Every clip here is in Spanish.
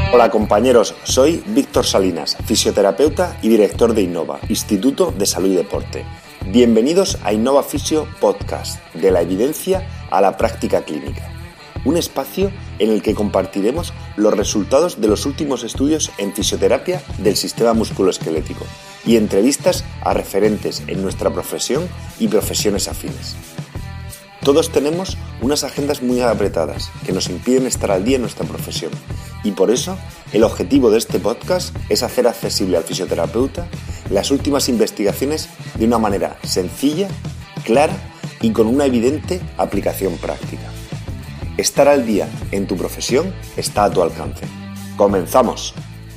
Hola compañeros, soy Víctor Salinas, fisioterapeuta y director de Innova, Instituto de Salud y Deporte. Bienvenidos a Innova Fisio Podcast, de la evidencia a la práctica clínica. Un espacio en el que compartiremos los resultados de los últimos estudios en fisioterapia del sistema musculoesquelético y entrevistas a referentes en nuestra profesión y profesiones afines. Todos tenemos unas agendas muy apretadas que nos impiden estar al día en nuestra profesión y por eso el objetivo de este podcast es hacer accesible al fisioterapeuta las últimas investigaciones de una manera sencilla, clara y con una evidente aplicación práctica. Estar al día en tu profesión está a tu alcance. ¡Comenzamos!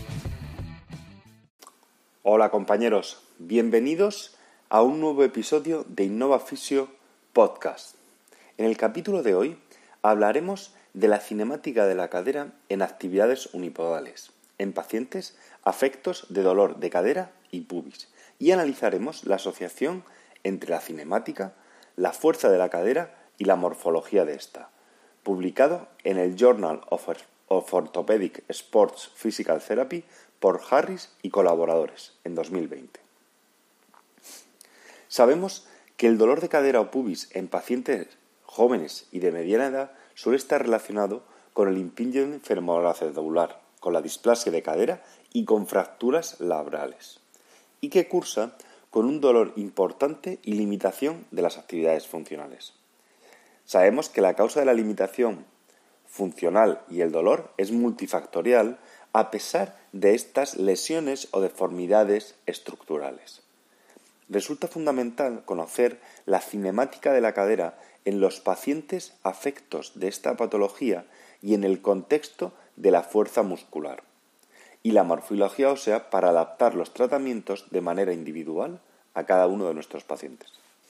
Hola compañeros, bienvenidos a un nuevo episodio de Innova Fisio Podcast. En el capítulo de hoy hablaremos de la cinemática de la cadera en actividades unipodales, en pacientes afectos de dolor de cadera y pubis, y analizaremos la asociación entre la cinemática, la fuerza de la cadera y la morfología de esta, publicado en el Journal of Orthopedic Sports Physical Therapy por Harris y colaboradores en 2020. Sabemos que el dolor de cadera o pubis en pacientes jóvenes y de mediana edad suele estar relacionado con el impingement femoroacetabular, con la displasia de cadera y con fracturas labrales, y que cursa con un dolor importante y limitación de las actividades funcionales. Sabemos que la causa de la limitación funcional y el dolor es multifactorial a pesar de estas lesiones o deformidades estructurales. Resulta fundamental conocer la cinemática de la cadera en los pacientes afectos de esta patología y en el contexto de la fuerza muscular, y la morfología ósea para adaptar los tratamientos de manera individual a cada uno de nuestros pacientes.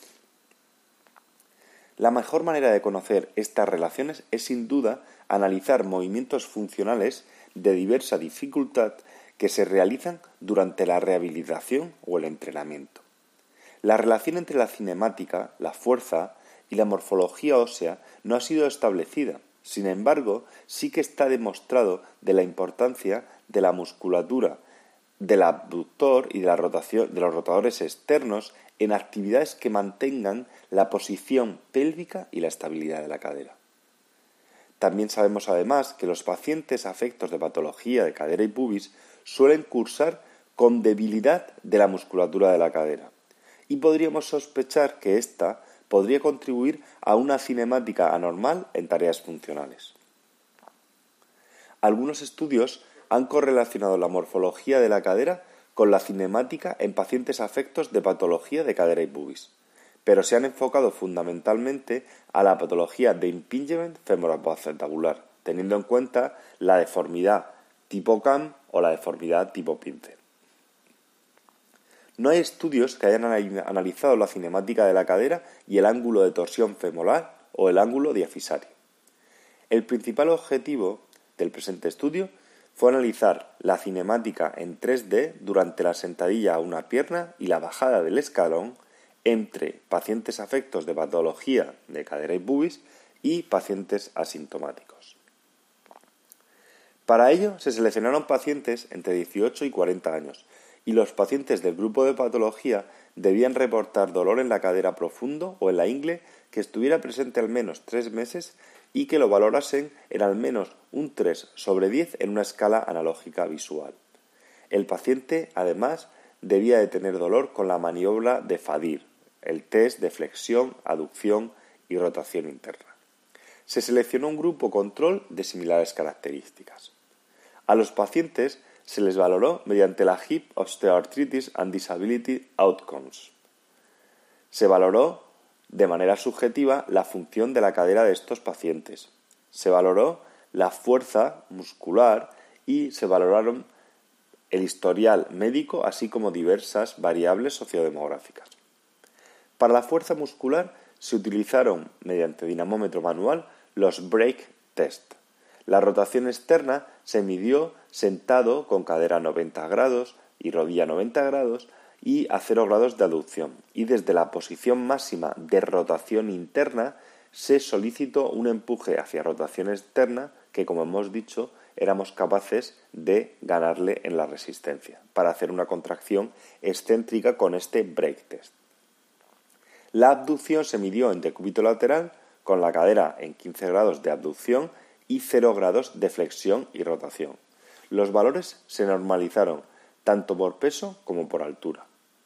La mejor manera de conocer estas relaciones es sin duda analizar movimientos funcionales de diversa dificultad que se realizan durante la rehabilitación o el entrenamiento. La relación entre la cinemática, la fuerza y la morfología ósea no ha sido establecida. Sin embargo, sí que está demostrado de la importancia de la musculatura, del abductor y de la rotación de los rotadores externos en actividades que mantengan la posición pélvica y la estabilidad de la cadera. También sabemos además que los pacientes afectos de patología de cadera y pubis suelen cursar con debilidad de la musculatura de la cadera, y podríamos sospechar que ésta podría contribuir a una cinemática anormal en tareas funcionales. Algunos estudios han correlacionado la morfología de la cadera con la cinemática en pacientes afectos de patología de cadera y pubis, pero se han enfocado fundamentalmente a la patología de impingement femoroacetabular, teniendo en cuenta la deformidad tipo CAM o la deformidad tipo pincer. No hay estudios que hayan analizado la cinemática de la cadera y el ángulo de torsión femoral o el ángulo diafisario. El principal objetivo del presente estudio fue analizar la cinemática en 3D durante la sentadilla a una pierna y la bajada del escalón entre pacientes afectos de patología de cadera y pubis y pacientes asintomáticos. Para ello se seleccionaron pacientes entre 18 y 40 años, y los pacientes del grupo de patología debían reportar dolor en la cadera profundo o en la ingle que estuviera presente al menos 3 meses y que lo valorasen en al menos un 3/10 en una escala analógica visual. El paciente, además, debía de tener dolor con la maniobra de FADIR, el test de flexión, aducción y rotación interna. Se seleccionó un grupo control de similares características. A los pacientes se les valoró mediante la Hip Osteoarthritis and Disability Outcomes. Se valoró de manera subjetiva la función de la cadera de estos pacientes. Se valoró la fuerza muscular y se valoraron el historial médico, así como diversas variables sociodemográficas. Para la fuerza muscular se utilizaron, mediante dinamómetro manual, los Brake Test. La rotación externa se midió sentado con cadera a 90 grados y rodilla a 90 grados y a 0 grados de aducción. Y desde la posición máxima de rotación interna se solicitó un empuje hacia rotación externa que, como hemos dicho, éramos capaces de ganarle en la resistencia para hacer una contracción excéntrica con este break test. La abducción se midió en decúbito lateral con la cadera en 15 grados de abducción y 0 grados de flexión y rotación. Los valores se normalizaron tanto por peso como por altura.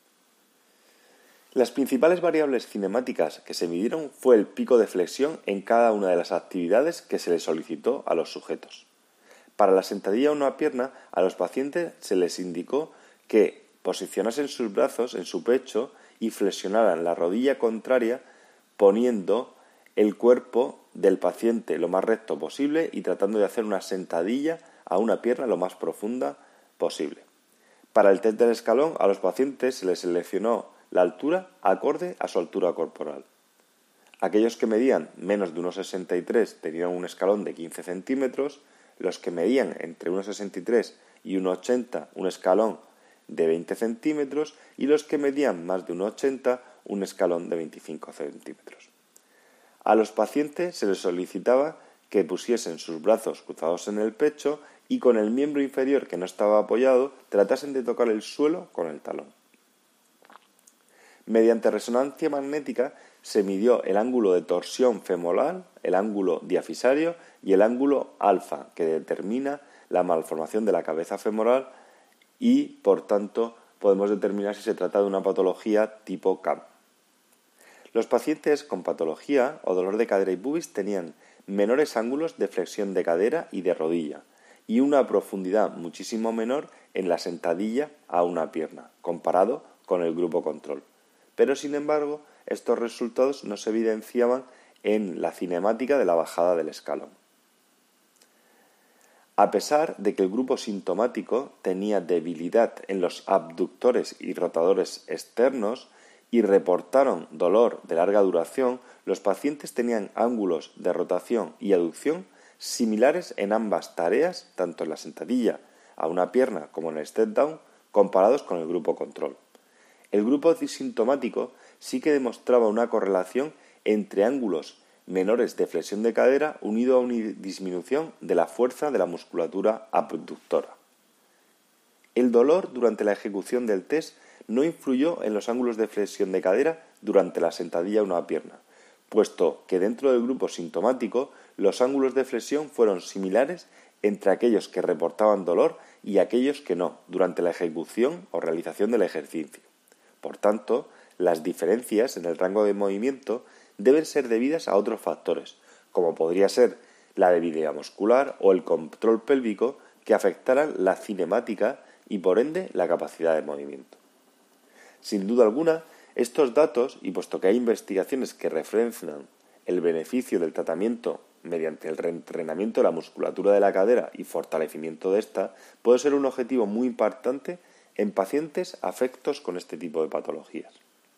Las principales variables cinemáticas que se midieron fue el pico de flexión en cada una de las actividades que se les solicitó a los sujetos. Para la sentadilla a una pierna, a los pacientes se les indicó que posicionasen sus brazos en su pecho y flexionaran la rodilla contraria poniendo el cuerpo del paciente lo más recto posible y tratando de hacer una sentadilla a una pierna lo más profunda posible. Para el test del escalón, a los pacientes se les seleccionó la altura acorde a su altura corporal. Aquellos que medían menos de 1,63 tenían un escalón de 15 centímetros, los que medían entre 1,63 y 1,80 un escalón de 20 centímetros y los que medían más de 1,80 un escalón de 25 centímetros. A los pacientes se les solicitaba que pusiesen sus brazos cruzados en el pecho y con el miembro inferior que no estaba apoyado tratasen de tocar el suelo con el talón. Mediante resonancia magnética se midió el ángulo de torsión femoral, el ángulo diafisario y el ángulo alfa, que determina la malformación de la cabeza femoral y, por tanto, podemos determinar si se trata de una patología tipo CAM. Los pacientes con patología o dolor de cadera y pubis tenían menores ángulos de flexión de cadera y de rodilla y una profundidad muchísimo menor en la sentadilla a una pierna, comparado con el grupo control. Pero, sin embargo, estos resultados no se evidenciaban en la cinemática de la bajada del escalón. A pesar de que el grupo sintomático tenía debilidad en los abductores y rotadores externos y reportaron dolor de larga duración, los pacientes tenían ángulos de rotación y aducción similares en ambas tareas, tanto en la sentadilla a una pierna como en el step down, comparados con el grupo control. El grupo sintomático sí que demostraba una correlación entre ángulos menores de flexión de cadera unido a una disminución de la fuerza de la musculatura abductora. El dolor durante la ejecución del test no influyó en los ángulos de flexión de cadera durante la sentadilla a una pierna, puesto que dentro del grupo sintomático los ángulos de flexión fueron similares entre aquellos que reportaban dolor y aquellos que no durante la ejecución o realización del ejercicio. Por tanto, las diferencias en el rango de movimiento deben ser debidas a otros factores, como podría ser la debilidad muscular o el control pélvico, que afectaran la cinemática y por ende la capacidad de movimiento. Sin duda alguna, estos datos, y puesto que hay investigaciones que referencian el beneficio del tratamiento mediante el reentrenamiento de la musculatura de la cadera y fortalecimiento de esta, puede ser un objetivo muy importante en pacientes afectos con este tipo de patologías.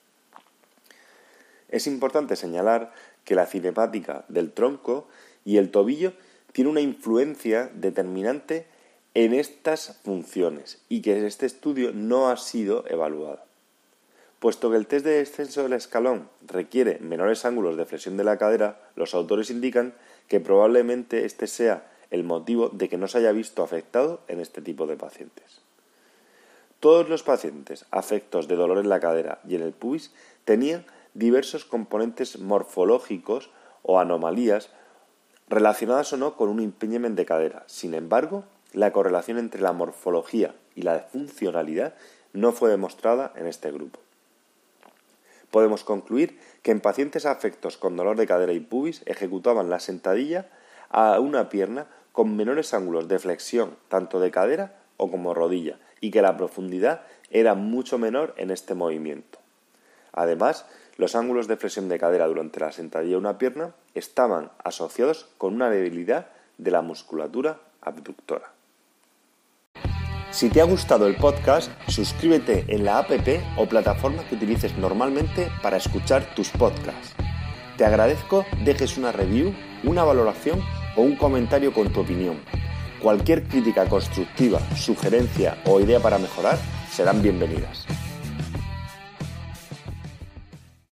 Es importante señalar que la cinemática del tronco y el tobillo tiene una influencia determinante en estas funciones y que este estudio no ha sido evaluado. Puesto que el test de descenso del escalón requiere menores ángulos de flexión de la cadera, los autores indican que probablemente este sea el motivo de que no se haya visto afectado en este tipo de pacientes. Todos los pacientes afectos de dolor en la cadera y en el pubis tenían diversos componentes morfológicos o anomalías relacionadas o no con un impingement de cadera. Sin embargo, la correlación entre la morfología y la funcionalidad no fue demostrada en este grupo. Podemos concluir que en pacientes afectos con dolor de cadera y pubis ejecutaban la sentadilla a una pierna con menores ángulos de flexión tanto de cadera o como rodilla y que la profundidad era mucho menor en este movimiento. Además, los ángulos de flexión de cadera durante la sentadilla a una pierna estaban asociados con una debilidad de la musculatura abductora. Si te ha gustado el podcast, suscríbete en la app o plataforma que utilices normalmente para escuchar tus podcasts. Te agradezco dejes una review, una valoración o un comentario con tu opinión. Cualquier crítica constructiva, sugerencia o idea para mejorar serán bienvenidas.